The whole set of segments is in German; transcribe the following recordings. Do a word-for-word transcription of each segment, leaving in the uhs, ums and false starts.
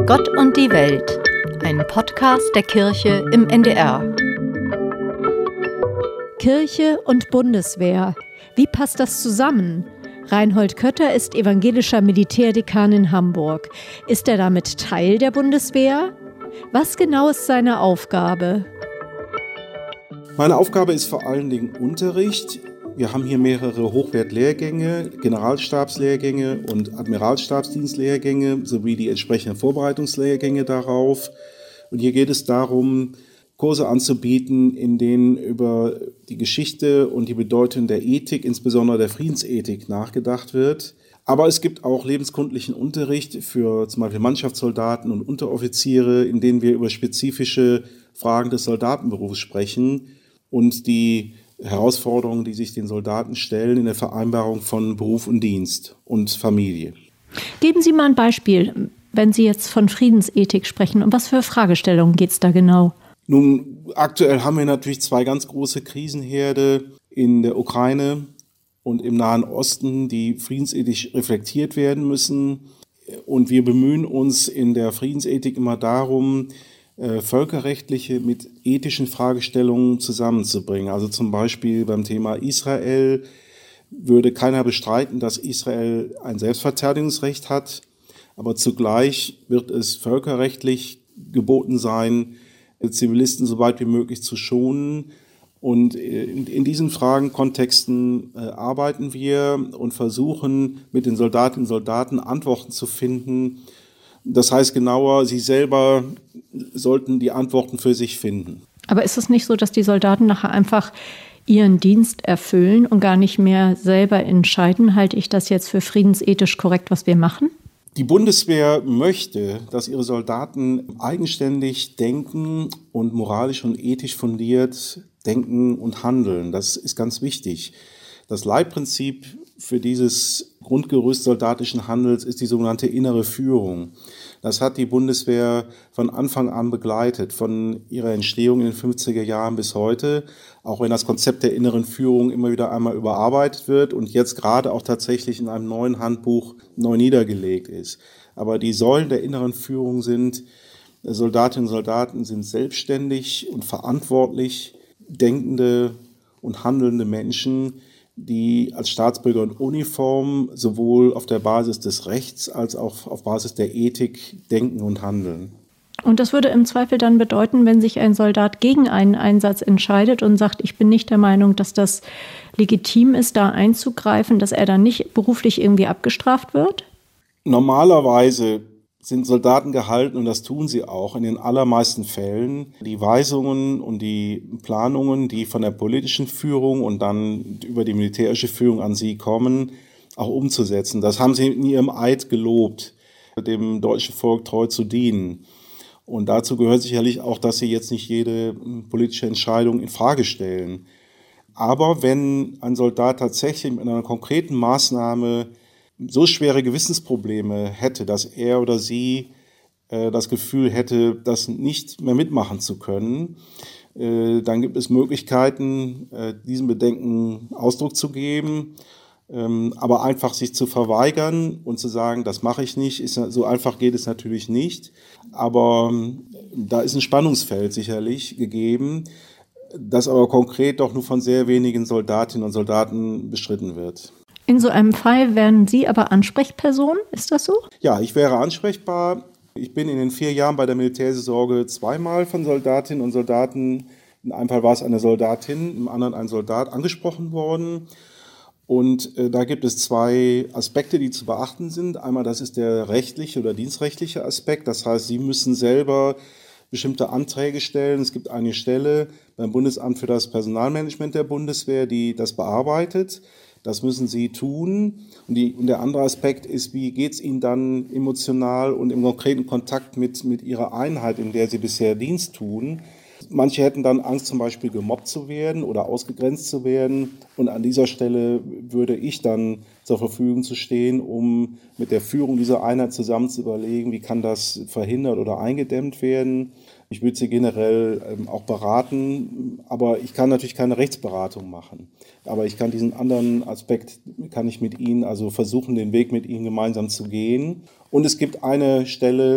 Gott und die Welt, ein Podcast der Kirche im N D R. Kirche und Bundeswehr. Wie passt das zusammen? Reinhold Kötter ist evangelischer Militärdekan in Hamburg. Ist er damit Teil der Bundeswehr? Was genau ist seine Aufgabe? Meine Aufgabe ist vor allen Dingen Unterricht. Wir haben hier mehrere Hochwertlehrgänge, Generalstabslehrgänge und Admiralstabsdienstlehrgänge sowie die entsprechenden Vorbereitungslehrgänge darauf. Und hier geht es darum, Kurse anzubieten, in denen über die Geschichte und die Bedeutung der Ethik, insbesondere der Friedensethik, nachgedacht wird. Aber es gibt auch lebenskundlichen Unterricht für zum Beispiel Mannschaftssoldaten und Unteroffiziere, in denen wir über spezifische Fragen des Soldatenberufs sprechen und die Herausforderungen, die sich den Soldaten stellen in der Vereinbarung von Beruf und Dienst und Familie. Geben Sie mal ein Beispiel, wenn Sie jetzt von Friedensethik sprechen. Um was für Fragestellungen geht es da genau? Nun, aktuell haben wir natürlich zwei ganz große Krisenherde in der Ukraine und im Nahen Osten, die friedensethisch reflektiert werden müssen. Und wir bemühen uns in der Friedensethik immer darum, äh, völkerrechtliche mit ethischen Fragestellungen zusammenzubringen. Also zum Beispiel beim Thema Israel würde keiner bestreiten, dass Israel ein Selbstverteidigungsrecht hat, aber zugleich wird es völkerrechtlich geboten sein, Zivilisten so weit wie möglich zu schonen. Und in, in diesen Fragenkontexten äh, arbeiten wir und versuchen mit den Soldatinnen und Soldaten Antworten zu finden. Das heißt genauer, sie selber sollten die Antworten für sich finden. Aber ist es nicht so, dass die Soldaten nachher einfach ihren Dienst erfüllen und gar nicht mehr selber entscheiden, halte ich das jetzt für friedensethisch korrekt, was wir machen? Die Bundeswehr möchte, dass ihre Soldaten eigenständig denken und moralisch und ethisch fundiert denken und handeln. Das ist ganz wichtig. Das Leitprinzip für dieses Grundgerüst soldatischen Handels ist die sogenannte innere Führung. Das hat die Bundeswehr von Anfang an begleitet, von ihrer Entstehung in den fünfziger Jahren bis heute, auch wenn das Konzept der inneren Führung immer wieder einmal überarbeitet wird und jetzt gerade auch tatsächlich in einem neuen Handbuch neu niedergelegt ist. Aber die Säulen der inneren Führung sind, Soldatinnen und Soldaten sind selbstständig und verantwortlich denkende und handelnde Menschen, die als Staatsbürger in Uniform sowohl auf der Basis des Rechts als auch auf Basis der Ethik denken und handeln. Und das würde im Zweifel dann bedeuten, wenn sich ein Soldat gegen einen Einsatz entscheidet und sagt, ich bin nicht der Meinung, dass das legitim ist, da einzugreifen, dass er dann nicht beruflich irgendwie abgestraft wird? Normalerweise sind Soldaten gehalten, und das tun sie auch in den allermeisten Fällen, die Weisungen und die Planungen, die von der politischen Führung und dann über die militärische Führung an sie kommen, auch umzusetzen. Das haben sie in ihrem Eid gelobt, dem deutschen Volk treu zu dienen. Und dazu gehört sicherlich auch, dass sie jetzt nicht jede politische Entscheidung in Frage stellen. Aber wenn ein Soldat tatsächlich mit einer konkreten Maßnahme so schwere Gewissensprobleme hätte, dass er oder sie äh, das Gefühl hätte, das nicht mehr mitmachen zu können, äh, dann gibt es Möglichkeiten, äh, diesen Bedenken Ausdruck zu geben. Ähm, aber einfach sich zu verweigern und zu sagen, das mache ich nicht, ist, so einfach geht es natürlich nicht. Aber ähm, da ist ein Spannungsfeld sicherlich gegeben, das aber konkret doch nur von sehr wenigen Soldatinnen und Soldaten bestritten wird. In so einem Fall wären Sie aber Ansprechperson, ist das so? Ja, ich wäre ansprechbar. Ich bin in den vier Jahren bei der Militärseelsorge zweimal von Soldatinnen und Soldaten, in einem Fall war es eine Soldatin, im anderen ein Soldat, angesprochen worden. Und äh, da gibt es zwei Aspekte, die zu beachten sind. Einmal, das ist der rechtliche oder dienstrechtliche Aspekt. Das heißt, Sie müssen selber bestimmte Anträge stellen. Es gibt eine Stelle beim Bundesamt für das Personalmanagement der Bundeswehr, die das bearbeitet. Das müssen Sie tun. Und, die, und der andere Aspekt ist, wie geht es Ihnen dann emotional und im konkreten Kontakt mit, mit Ihrer Einheit, in der Sie bisher Dienst tun. Manche hätten dann Angst, zum Beispiel gemobbt zu werden oder ausgegrenzt zu werden. Und an dieser Stelle würde ich dann zur Verfügung zu stehen, um mit der Führung dieser Einheit zusammen zu überlegen, wie kann das verhindert oder eingedämmt werden. Ich würde sie generell ähm, auch beraten, aber ich kann natürlich keine Rechtsberatung machen. Aber ich kann diesen anderen Aspekt, kann ich mit Ihnen, also versuchen, den Weg mit Ihnen gemeinsam zu gehen. Und es gibt eine Stelle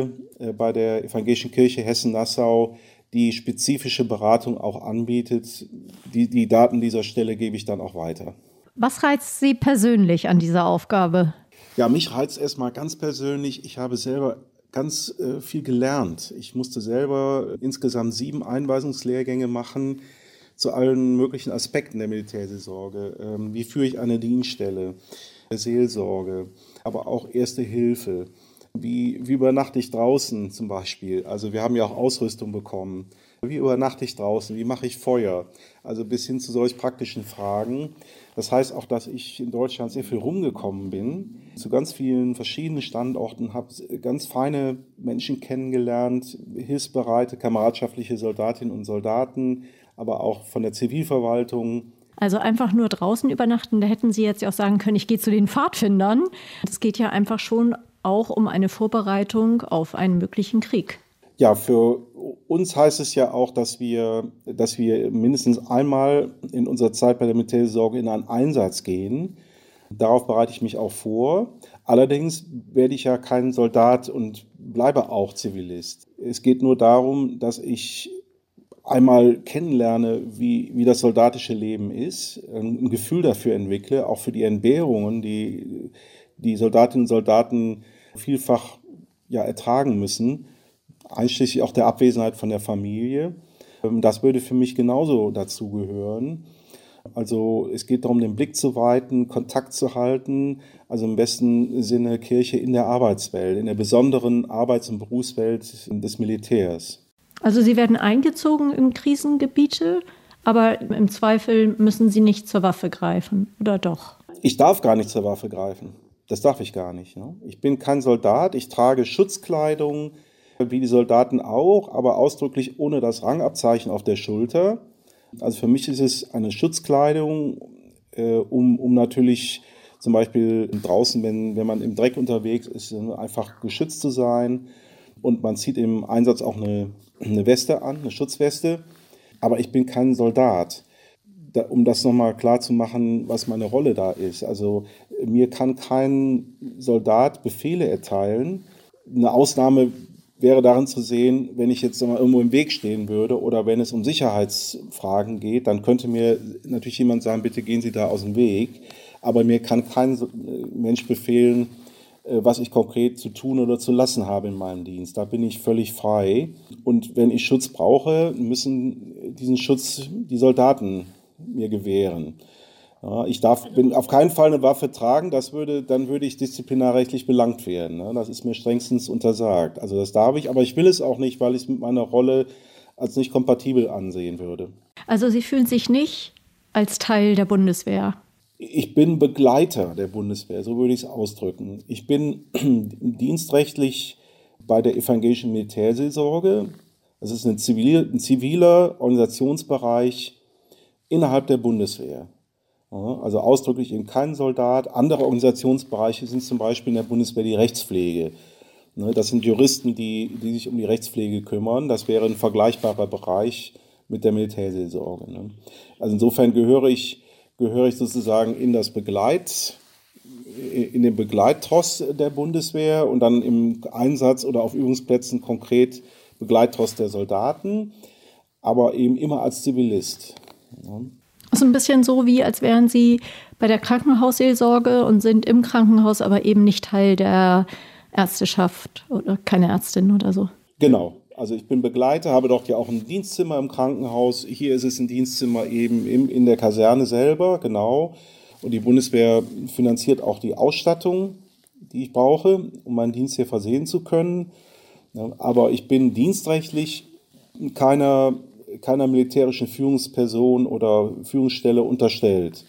bei der Evangelischen Kirche Hessen-Nassau die spezifische Beratung auch anbietet. Die, die Daten dieser Stelle gebe ich dann auch weiter. Was reizt Sie persönlich an dieser Aufgabe? Ja, mich reizt erstmal ganz persönlich. Ich habe selber ganz äh, viel gelernt. Ich musste selber insgesamt sieben Einweisungslehrgänge machen zu allen möglichen Aspekten der Militärseelsorge. Ähm, wie führe ich eine Dienststelle, Seelsorge, aber auch Erste Hilfe. Wie, wie übernachte ich draußen zum Beispiel? Also wir haben ja auch Ausrüstung bekommen. Wie übernachte ich draußen? Wie mache ich Feuer? Also bis hin zu solch praktischen Fragen. Das heißt auch, dass ich in Deutschland sehr viel rumgekommen bin, zu ganz vielen verschiedenen Standorten, habe ganz feine Menschen kennengelernt, hilfsbereite, kameradschaftliche Soldatinnen und Soldaten, aber auch von der Zivilverwaltung. Also einfach nur draußen übernachten, da hätten Sie jetzt ja auch sagen können, ich gehe zu den Pfadfindern. Es geht ja einfach schon auch um eine Vorbereitung auf einen möglichen Krieg. Ja, für uns heißt es ja auch, dass wir, dass wir mindestens einmal in unserer Zeit bei der Militärseelsorge in einen Einsatz gehen. Darauf bereite ich mich auch vor. Allerdings werde ich ja kein Soldat und bleibe auch Zivilist. Es geht nur darum, dass ich einmal kennenlerne, wie, wie das soldatische Leben ist, ein Gefühl dafür entwickle, auch für die Entbehrungen, die die Soldatinnen und Soldaten vielfach ja, ertragen müssen, einschließlich auch der Abwesenheit von der Familie. Das würde für mich genauso dazugehören. Also es geht darum, den Blick zu weiten, Kontakt zu halten, also im besten Sinne Kirche in der Arbeitswelt, in der besonderen Arbeits- und Berufswelt des Militärs. Also Sie werden eingezogen in Krisengebiete, aber im Zweifel müssen Sie nicht zur Waffe greifen, oder doch? Ich darf gar nicht zur Waffe greifen. Das darf ich gar nicht. Ne? Ich bin kein Soldat, ich trage Schutzkleidung, wie die Soldaten auch, aber ausdrücklich ohne das Rangabzeichen auf der Schulter. Also für mich ist es eine Schutzkleidung, äh, um, um natürlich zum Beispiel draußen, wenn, wenn man im Dreck unterwegs ist, einfach geschützt zu sein. Und man zieht im Einsatz auch eine, eine Weste an, eine Schutzweste. Aber ich bin kein Soldat. Da, um das nochmal klar zu machen, was meine Rolle da ist. Also mir kann kein Soldat Befehle erteilen. Eine Ausnahme wäre darin zu sehen, wenn ich jetzt mal irgendwo im Weg stehen würde oder wenn es um Sicherheitsfragen geht, dann könnte mir natürlich jemand sagen, bitte gehen Sie da aus dem Weg. Aber mir kann kein Mensch befehlen, was ich konkret zu tun oder zu lassen habe in meinem Dienst. Da bin ich völlig frei. Und wenn ich Schutz brauche, müssen diesen Schutz die Soldaten mir gewähren. Ja, ich darf bin auf keinen Fall eine Waffe tragen, das würde, dann würde ich disziplinarrechtlich belangt werden. Ne? Das ist mir strengstens untersagt. Also das darf ich, aber ich will es auch nicht, weil ich es mit meiner Rolle als nicht kompatibel ansehen würde. Also Sie fühlen sich nicht als Teil der Bundeswehr? Ich bin Begleiter der Bundeswehr, so würde ich es ausdrücken. Ich bin dienstrechtlich bei der Evangelischen Militärseelsorge. Das ist ein ziviler, ein ziviler Organisationsbereich innerhalb der Bundeswehr. Also ausdrücklich eben kein Soldat. Andere Organisationsbereiche sind zum Beispiel in der Bundeswehr die Rechtspflege. Das sind Juristen, die, die sich um die Rechtspflege kümmern. Das wäre ein vergleichbarer Bereich mit der Militärseelsorge. Also insofern gehöre ich, gehöre ich sozusagen in das Begleit, in den Begleittross der Bundeswehr und dann im Einsatz oder auf Übungsplätzen konkret Begleittross der Soldaten, aber eben immer als Zivilist. Das ist ein bisschen so, wie als wären Sie bei der Krankenhausseelsorge und sind im Krankenhaus, aber eben nicht Teil der Ärzteschaft oder keine Ärztin oder so. Genau. Also ich bin Begleiter, habe dort ja auch ein Dienstzimmer im Krankenhaus. Hier ist es ein Dienstzimmer eben im, in der Kaserne selber, genau. Und die Bundeswehr finanziert auch die Ausstattung, die ich brauche, um meinen Dienst hier versehen zu können. Aber ich bin dienstrechtlich keiner, keiner militärischen Führungsperson oder Führungsstelle unterstellt.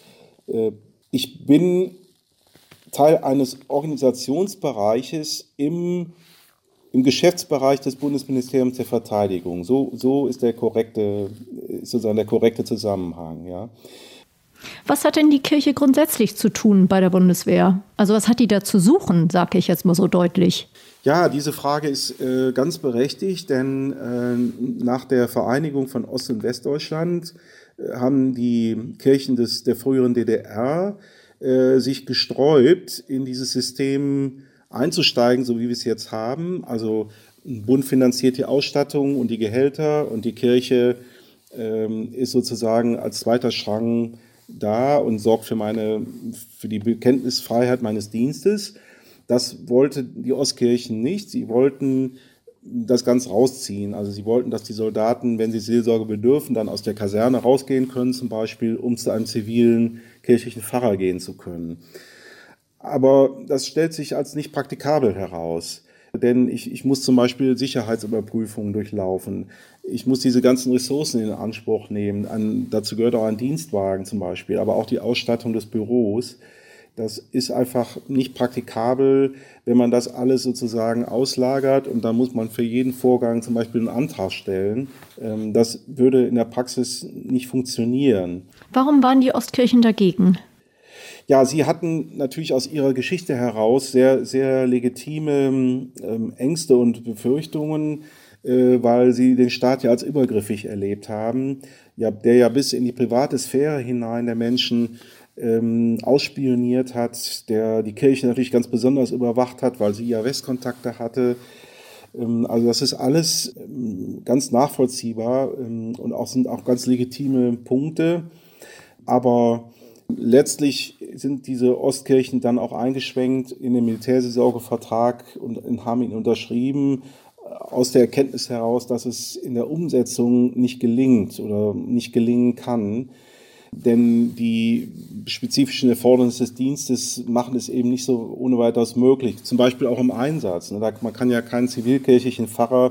Ich bin Teil eines Organisationsbereiches im, im Geschäftsbereich des Bundesministeriums der Verteidigung. So, so ist der korrekte, sozusagen der korrekte Zusammenhang, ja. Was hat denn die Kirche grundsätzlich zu tun bei der Bundeswehr? Also was hat die da zu suchen, sage ich jetzt mal so deutlich? Ja, diese Frage ist äh, ganz berechtigt, denn äh, nach der Vereinigung von Ost- und Westdeutschland äh, haben die Kirchen des, der früheren D D R äh, sich gesträubt, in dieses System einzusteigen, so wie wir es jetzt haben. Also Ein Bund finanziert die Ausstattung und die Gehälter und die Kirche ähm, ist sozusagen als zweiter Strang da und sorgt für meine, für die Bekenntnisfreiheit meines Dienstes. Das wollte die Ostkirchen nicht. Sie wollten das ganz rausziehen. Also sie wollten, dass die Soldaten, wenn sie Seelsorge bedürfen, dann aus der Kaserne rausgehen können, zum Beispiel, um zu einem zivilen kirchlichen Pfarrer gehen zu können. Aber das stellt sich als nicht praktikabel heraus. Denn ich, ich muss zum Beispiel Sicherheitsüberprüfungen durchlaufen. Ich muss diese ganzen Ressourcen in Anspruch nehmen. An, dazu gehört auch ein Dienstwagen zum Beispiel, aber auch die Ausstattung des Büros. Das ist einfach nicht praktikabel, wenn man das alles sozusagen auslagert und dann muss man für jeden Vorgang zum Beispiel einen Antrag stellen. Das würde in der Praxis nicht funktionieren. Warum waren die Ostkirchen dagegen? Ja, sie hatten natürlich aus ihrer Geschichte heraus sehr, sehr legitime ähm, Ängste und Befürchtungen, äh, weil sie den Staat ja als übergriffig erlebt haben, ja, der ja bis in die private Sphäre hinein der Menschen ähm, ausspioniert hat, der die Kirche natürlich ganz besonders überwacht hat, weil sie ja Westkontakte hatte. Ähm, also das ist alles ähm, ganz nachvollziehbar ähm, und auch sind auch ganz legitime Punkte, aber letztlich sind diese Ostkirchen dann auch eingeschwenkt in den Militärseelsorgevertrag und haben ihn unterschrieben, aus der Erkenntnis heraus, dass es in der Umsetzung nicht gelingt oder nicht gelingen kann. Denn die spezifischen Erfordernisse des Dienstes machen es eben nicht so ohne weiteres möglich. Zum Beispiel auch im Einsatz. Man kann ja keinen zivilkirchlichen Pfarrer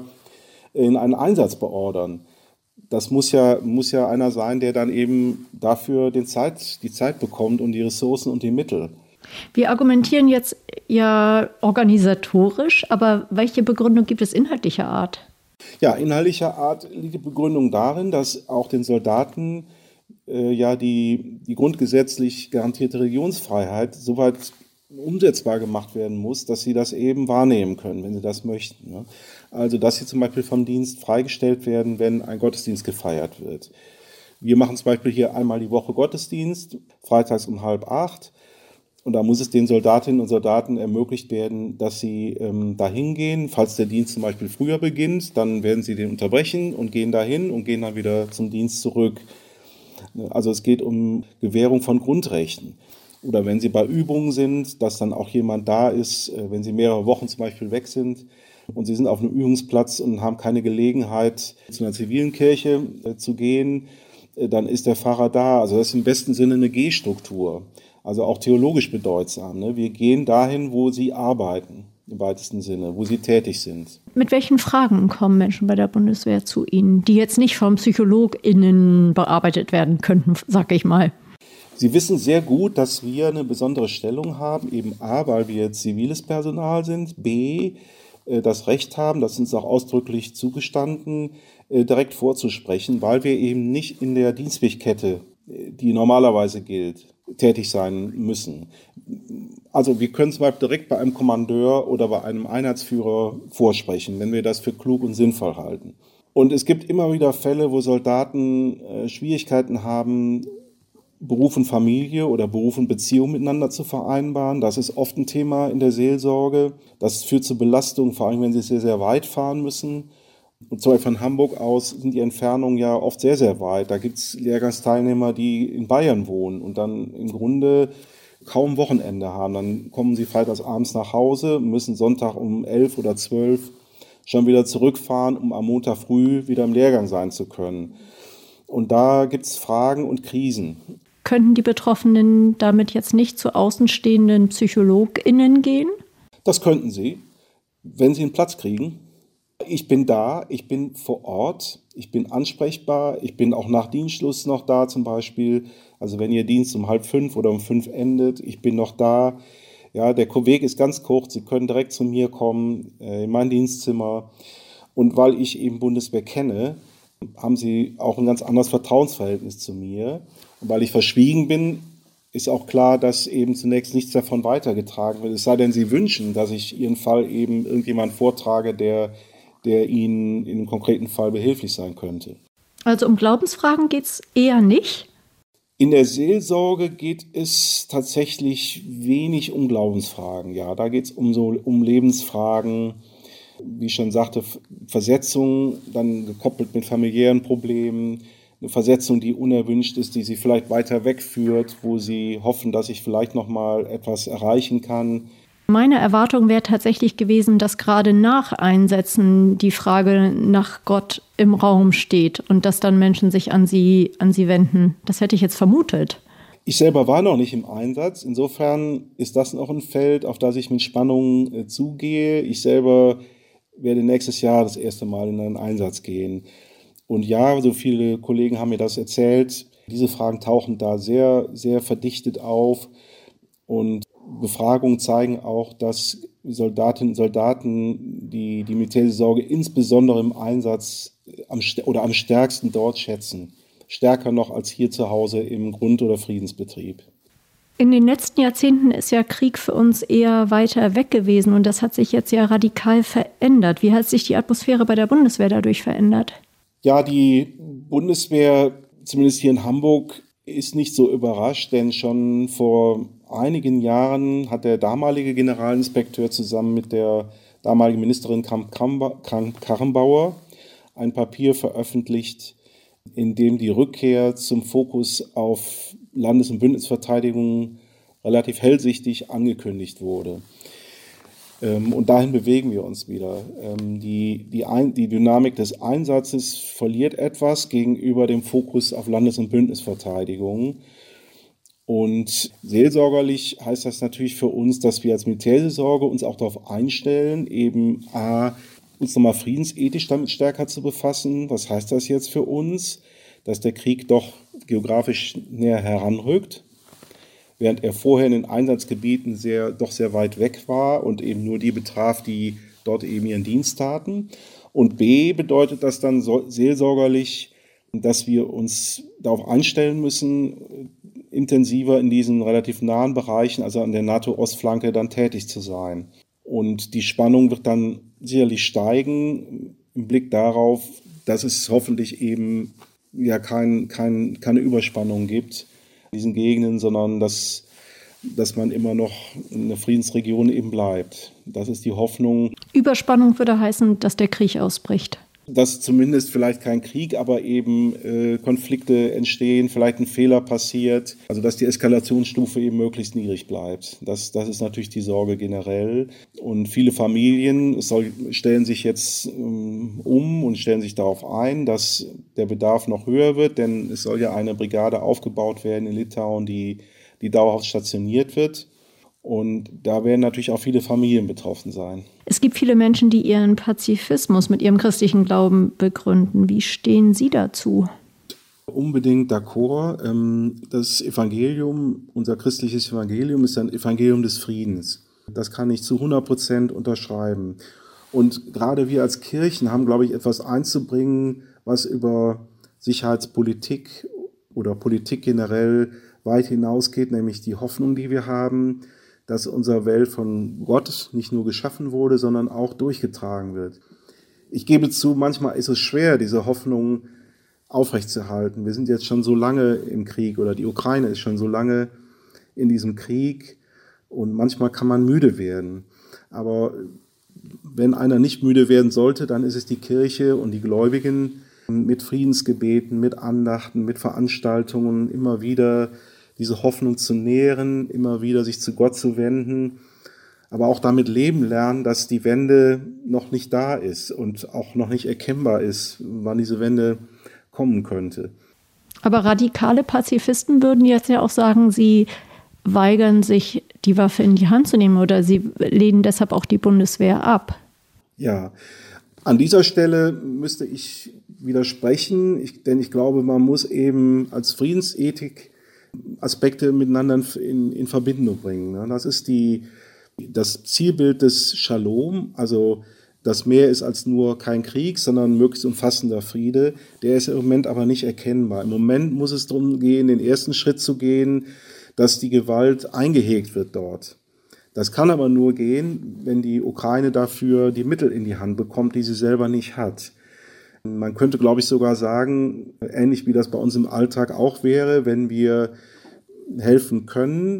in einen Einsatz beordern. Das muss ja, muss ja einer sein, der dann eben dafür den Zeit, die Zeit bekommt und die Ressourcen und die Mittel. Wir argumentieren jetzt ja organisatorisch, aber welche Begründung gibt es inhaltlicher Art? Ja, inhaltlicher Art liegt die Begründung darin, dass auch den Soldaten äh, ja die, die grundgesetzlich garantierte Religionsfreiheit soweit umsetzbar gemacht werden muss, dass sie das eben wahrnehmen können, wenn sie das möchten. Ne? Also, dass sie zum Beispiel vom Dienst freigestellt werden, wenn ein Gottesdienst gefeiert wird. Wir machen zum Beispiel hier einmal die Woche Gottesdienst, freitags um halb acht. Und da muss es den Soldatinnen und Soldaten ermöglicht werden, dass sie ähm, dahin gehen. Falls der Dienst zum Beispiel früher beginnt, dann werden sie den unterbrechen und gehen dahin und gehen dann wieder zum Dienst zurück. Also es geht um Gewährung von Grundrechten. Oder wenn sie bei Übungen sind, dass dann auch jemand da ist, wenn sie mehrere Wochen zum Beispiel weg sind und sie sind auf einem Übungsplatz und haben keine Gelegenheit, zu einer zivilen Kirche äh, zu gehen, äh, dann ist der Pfarrer da. Also das ist im besten Sinne eine G-Struktur, also auch theologisch bedeutsam. Ne? Wir gehen dahin, wo sie arbeiten, im weitesten Sinne, wo sie tätig sind. Mit welchen Fragen kommen Menschen bei der Bundeswehr zu Ihnen, die jetzt nicht von PsychologInnen bearbeitet werden könnten, sag ich mal? Sie wissen sehr gut, dass wir eine besondere Stellung haben, eben A, weil wir ziviles Personal sind, B, das Recht haben, das ist uns auch ausdrücklich zugestanden, direkt vorzusprechen, weil wir eben nicht in der Dienstwegkette, die normalerweise gilt, tätig sein müssen. Also wir können zum Beispiel direkt bei einem Kommandeur oder bei einem Einheitsführer vorsprechen, wenn wir das für klug und sinnvoll halten. Und es gibt immer wieder Fälle, wo Soldaten äh, Schwierigkeiten haben, Beruf und Familie oder Beruf und Beziehung miteinander zu vereinbaren. Das ist oft ein Thema in der Seelsorge. Das führt zu Belastungen, vor allem wenn sie sehr, sehr weit fahren müssen. Und zum Beispiel von Hamburg aus sind die Entfernungen ja oft sehr, sehr weit. Da gibt es Lehrgangsteilnehmer, die in Bayern wohnen und dann im Grunde kaum Wochenende haben. Dann kommen sie freitags abends nach Hause, müssen Sonntag um elf oder zwölf schon wieder zurückfahren, um am Montag früh wieder im Lehrgang sein zu können. Und da gibt es Fragen und Krisen. Könnten die Betroffenen damit jetzt nicht zu außenstehenden PsychologInnen gehen? Das könnten sie, wenn sie einen Platz kriegen. Ich bin da, ich bin vor Ort, ich bin ansprechbar, ich bin auch nach Dienstschluss noch da zum Beispiel. Also wenn Ihr Dienst um halb fünf oder um fünf endet, ich bin noch da. Ja, der Weg ist ganz kurz, Sie können direkt zu mir kommen, in mein Dienstzimmer. Und weil ich eben Bundeswehr kenne, haben Sie auch ein ganz anderes Vertrauensverhältnis zu mir. Und weil ich verschwiegen bin, ist auch klar, dass eben zunächst nichts davon weitergetragen wird. Es sei denn, Sie wünschen, dass ich Ihren Fall eben irgendjemand vortrage, der, der Ihnen in einem konkreten Fall behilflich sein könnte. Also um Glaubensfragen geht es eher nicht? In der Seelsorge geht es tatsächlich wenig um Glaubensfragen. Ja, da geht es um so um Lebensfragen, wie ich schon sagte, Versetzung, dann gekoppelt mit familiären Problemen, eine Versetzung, die unerwünscht ist, die sie vielleicht weiter wegführt, wo sie hoffen, dass ich vielleicht noch mal etwas erreichen kann. Meine Erwartung wäre tatsächlich gewesen, dass gerade nach Einsätzen die Frage nach Gott im Raum steht und dass dann Menschen sich an sie, an sie wenden. Das hätte ich jetzt vermutet. Ich selber war noch nicht im Einsatz. Insofern ist das noch ein Feld, auf das ich mit Spannung äh, zugehe. Ich selber werde nächstes Jahr das erste Mal in einen Einsatz gehen. Und ja, so viele Kollegen haben mir das erzählt. Diese Fragen tauchen da sehr, sehr verdichtet auf. Und Befragungen zeigen auch, dass Soldatinnen und Soldaten die, die Militärseelsorge insbesondere im Einsatz am, oder am stärksten dort schätzen. Stärker noch als hier zu Hause im Grund- oder Friedensbetrieb. In den letzten Jahrzehnten ist ja Krieg für uns eher weiter weg gewesen und das hat sich jetzt ja radikal verändert. Wie hat sich die Atmosphäre bei der Bundeswehr dadurch verändert? Ja, die Bundeswehr, zumindest hier in Hamburg, ist nicht so überrascht, denn schon vor einigen Jahren hat der damalige Generalinspekteur zusammen mit der damaligen Ministerin Kramp-Karrenbauer ein Papier veröffentlicht, in dem die Rückkehr zum Fokus auf Landes- und Bündnisverteidigung relativ hellsichtig angekündigt wurde. Und dahin bewegen wir uns wieder. Die, die, Ein, die Dynamik des Einsatzes verliert etwas gegenüber dem Fokus auf Landes- und Bündnisverteidigung. Und seelsorgerlich heißt das natürlich für uns, dass wir als Militärseelsorge uns auch darauf einstellen, eben a, uns nochmal friedensethisch damit stärker zu befassen. Was heißt das jetzt für uns? Dass der Krieg doch geografisch näher heranrückt, während er vorher in den Einsatzgebieten sehr, doch sehr weit weg war und eben nur die betraf, die dort eben ihren Dienst taten. Und B bedeutet das dann so, seelsorgerlich, dass wir uns darauf einstellen müssen, intensiver in diesen relativ nahen Bereichen, also an der NATO-Ostflanke, dann tätig zu sein. Und die Spannung wird dann sicherlich steigen im Blick darauf, dass es hoffentlich eben ja kein, kein, keine Überspannung gibt in diesen Gegenden, sondern dass, dass man immer noch in der Friedensregion eben bleibt. Das ist die Hoffnung. Überspannung würde heißen, dass der Krieg ausbricht. Dass zumindest vielleicht kein Krieg, aber eben äh, Konflikte entstehen, vielleicht ein Fehler passiert. Also dass die Eskalationsstufe eben möglichst niedrig bleibt. Das, das ist natürlich die Sorge generell. Und viele Familien soll, stellen sich jetzt ähm, um und stellen sich darauf ein, dass der Bedarf noch höher wird. Denn es soll ja eine Brigade aufgebaut werden in Litauen, die, die dauerhaft stationiert wird. Und da werden natürlich auch viele Familien betroffen sein. Es gibt viele Menschen, die ihren Pazifismus mit ihrem christlichen Glauben begründen. Wie stehen Sie dazu? Unbedingt d'accord. Das Evangelium, unser christliches Evangelium, ist ein Evangelium des Friedens. Das kann ich zu hundert Prozent unterschreiben. Und gerade wir als Kirchen haben, glaube ich, etwas einzubringen, was über Sicherheitspolitik oder Politik generell weit hinausgeht, nämlich die Hoffnung, die wir haben, dass unsere Welt von Gott nicht nur geschaffen wurde, sondern auch durchgetragen wird. Ich gebe zu, manchmal ist es schwer, diese Hoffnung aufrechtzuerhalten. Wir sind jetzt schon so lange im Krieg oder die Ukraine ist schon so lange in diesem Krieg und manchmal kann man müde werden. Aber wenn einer nicht müde werden sollte, dann ist es die Kirche und die Gläubigen mit Friedensgebeten, mit Andachten, mit Veranstaltungen immer wieder diese Hoffnung zu nähren, immer wieder sich zu Gott zu wenden, aber auch damit leben lernen, dass die Wende noch nicht da ist und auch noch nicht erkennbar ist, wann diese Wende kommen könnte. Aber radikale Pazifisten würden jetzt ja auch sagen, sie weigern sich, die Waffe in die Hand zu nehmen oder sie lehnen deshalb auch die Bundeswehr ab. Ja, an dieser Stelle müsste ich widersprechen, ich, denn ich glaube, man muss eben als Friedensethik Aspekte miteinander in, in Verbindung bringen. Das ist die, das Zielbild des Shalom, also das mehr ist als nur kein Krieg, sondern möglichst umfassender Friede. Der ist im Moment aber nicht erkennbar. Im Moment muss es darum gehen, den ersten Schritt zu gehen, dass die Gewalt eingehegt wird dort. Das kann aber nur gehen, wenn die Ukraine dafür die Mittel in die Hand bekommt, die sie selber nicht hat. Man könnte, glaube ich, sogar sagen, ähnlich wie das bei uns im Alltag auch wäre, wenn wir helfen können,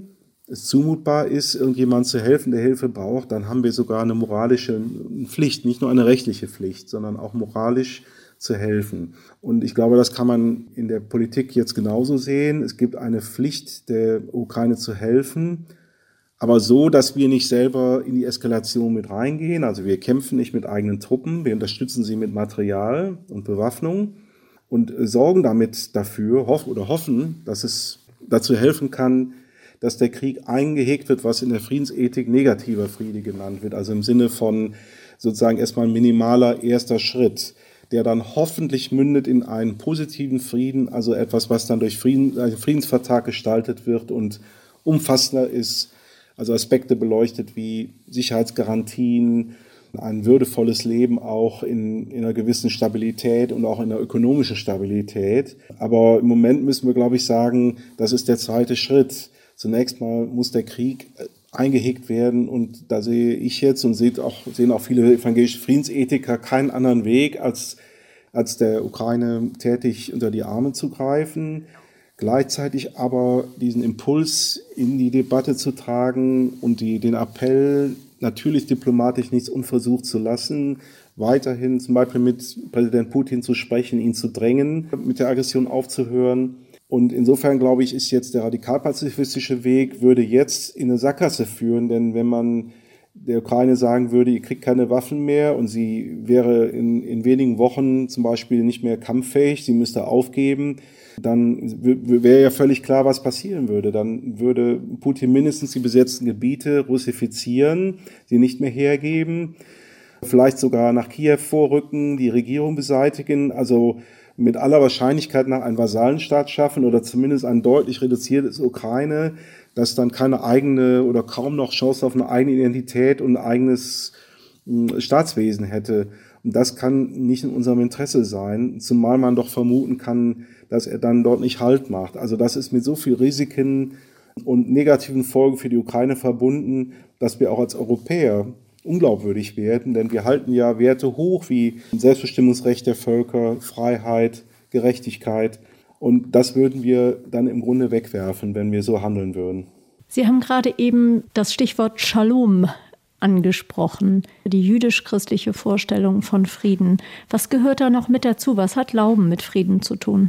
es zumutbar ist, irgendjemand zu helfen, der Hilfe braucht, dann haben wir sogar eine moralische Pflicht, nicht nur eine rechtliche Pflicht, sondern auch moralisch zu helfen. Und ich glaube, das kann man in der Politik jetzt genauso sehen. Es gibt eine Pflicht, der Ukraine zu helfen, aber so, dass wir nicht selber in die Eskalation mit reingehen. Also wir kämpfen nicht mit eigenen Truppen, wir unterstützen sie mit Material und Bewaffnung und sorgen damit dafür, hoff oder hoffen, dass es dazu helfen kann, dass der Krieg eingehegt wird, was in der Friedensethik negativer Friede genannt wird. Also im Sinne von sozusagen erstmal ein minimaler erster Schritt, der dann hoffentlich mündet in einen positiven Frieden, also etwas, was dann durch Frieden, einen Friedensvertrag gestaltet wird und umfassender ist, also Aspekte beleuchtet wie Sicherheitsgarantien, ein würdevolles Leben auch in, in einer gewissen Stabilität und auch in einer ökonomischen Stabilität. Aber im Moment müssen wir, glaube ich, sagen, das ist der zweite Schritt. Zunächst mal muss der Krieg eingehegt werden und da sehe ich jetzt und seht auch, sehen auch viele evangelische Friedensethiker keinen anderen Weg, als, als der Ukraine tätig unter die Arme zu greifen. Gleichzeitig aber diesen Impuls in die Debatte zu tragen und die, den Appell, natürlich diplomatisch nichts unversucht zu lassen, weiterhin zum Beispiel mit Präsident Putin zu sprechen, ihn zu drängen, mit der Aggression aufzuhören. Und insofern, glaube ich, ist jetzt der radikal-pazifistische Weg, würde jetzt in eine Sackgasse führen, denn wenn man der Ukraine sagen würde, ihr kriegt keine Waffen mehr und sie wäre in, in wenigen Wochen zum Beispiel nicht mehr kampffähig, sie müsste aufgeben, dann wäre ja völlig klar, was passieren würde. Dann würde Putin mindestens die besetzten Gebiete russifizieren, sie nicht mehr hergeben, vielleicht sogar nach Kiew vorrücken, die Regierung beseitigen, also mit aller Wahrscheinlichkeit nach einen Vasallenstaat schaffen oder zumindest ein deutlich reduziertes Ukraine, das dann keine eigene oder kaum noch Chance auf eine eigene Identität und ein eigenes Staatswesen hätte. Und das kann nicht in unserem Interesse sein, zumal man doch vermuten kann, dass er dann dort nicht Halt macht. Also das ist mit so vielen Risiken und negativen Folgen für die Ukraine verbunden, dass wir auch als Europäer unglaubwürdig werden, denn wir halten ja Werte hoch wie Selbstbestimmungsrecht der Völker, Freiheit, Gerechtigkeit und das würden wir dann im Grunde wegwerfen, wenn wir so handeln würden. Sie haben gerade eben das Stichwort Shalom angesprochen, die jüdisch-christliche Vorstellung von Frieden. Was gehört da noch mit dazu? Was hat Glauben mit Frieden zu tun?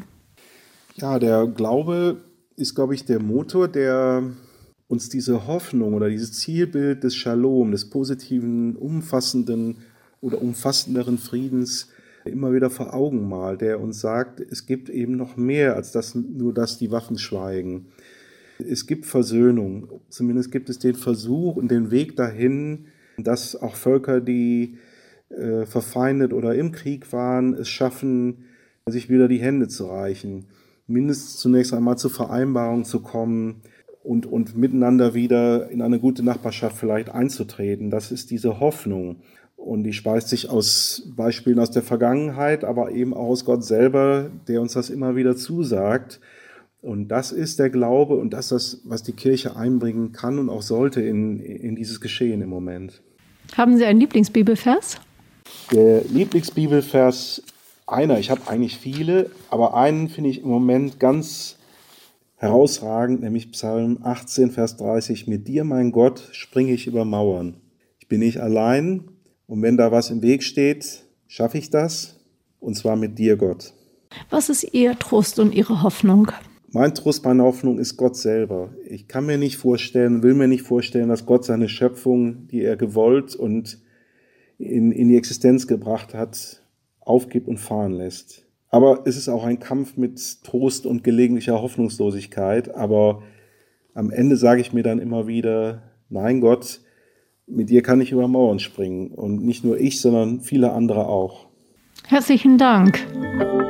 Ja, der Glaube ist, glaube ich, der Motor, der uns diese Hoffnung oder dieses Zielbild des Shalom, des positiven, umfassenden oder umfassenderen Friedens immer wieder vor Augen malt, der uns sagt, es gibt eben noch mehr als das, nur dass die Waffen schweigen. Es gibt Versöhnung, zumindest gibt es den Versuch und den Weg dahin, dass auch Völker, die äh, verfeindet oder im Krieg waren, es schaffen, sich wieder die Hände zu reichen, mindestens zunächst einmal zur Vereinbarung zu kommen, Und, und miteinander wieder in eine gute Nachbarschaft vielleicht einzutreten. Das ist diese Hoffnung. Und die speist sich aus Beispielen aus der Vergangenheit, aber eben auch aus Gott selber, der uns das immer wieder zusagt. Und das ist der Glaube und das ist das, was die Kirche einbringen kann und auch sollte in, in dieses Geschehen im Moment. Haben Sie einen Lieblingsbibelvers? Der Lieblingsbibelvers, einer, ich habe eigentlich viele, aber einen finde ich im Moment ganz herausragend, nämlich Psalm achtzehn, Vers dreißig. Mit dir, mein Gott, springe ich über Mauern. Ich bin nicht allein und wenn da was im Weg steht, schaffe ich das und zwar mit dir, Gott. Was ist Ihr Trost und Ihre Hoffnung? Mein Trost, meine Hoffnung ist Gott selber. Ich kann mir nicht vorstellen, will mir nicht vorstellen, dass Gott seine Schöpfung, die er gewollt und in, in die Existenz gebracht hat, aufgibt und fahren lässt. Aber es ist auch ein Kampf mit Trost und gelegentlicher Hoffnungslosigkeit. Aber am Ende sage ich mir dann immer wieder, nein Gott, mit dir kann ich über Mauern springen. Und nicht nur ich, sondern viele andere auch. Herzlichen Dank.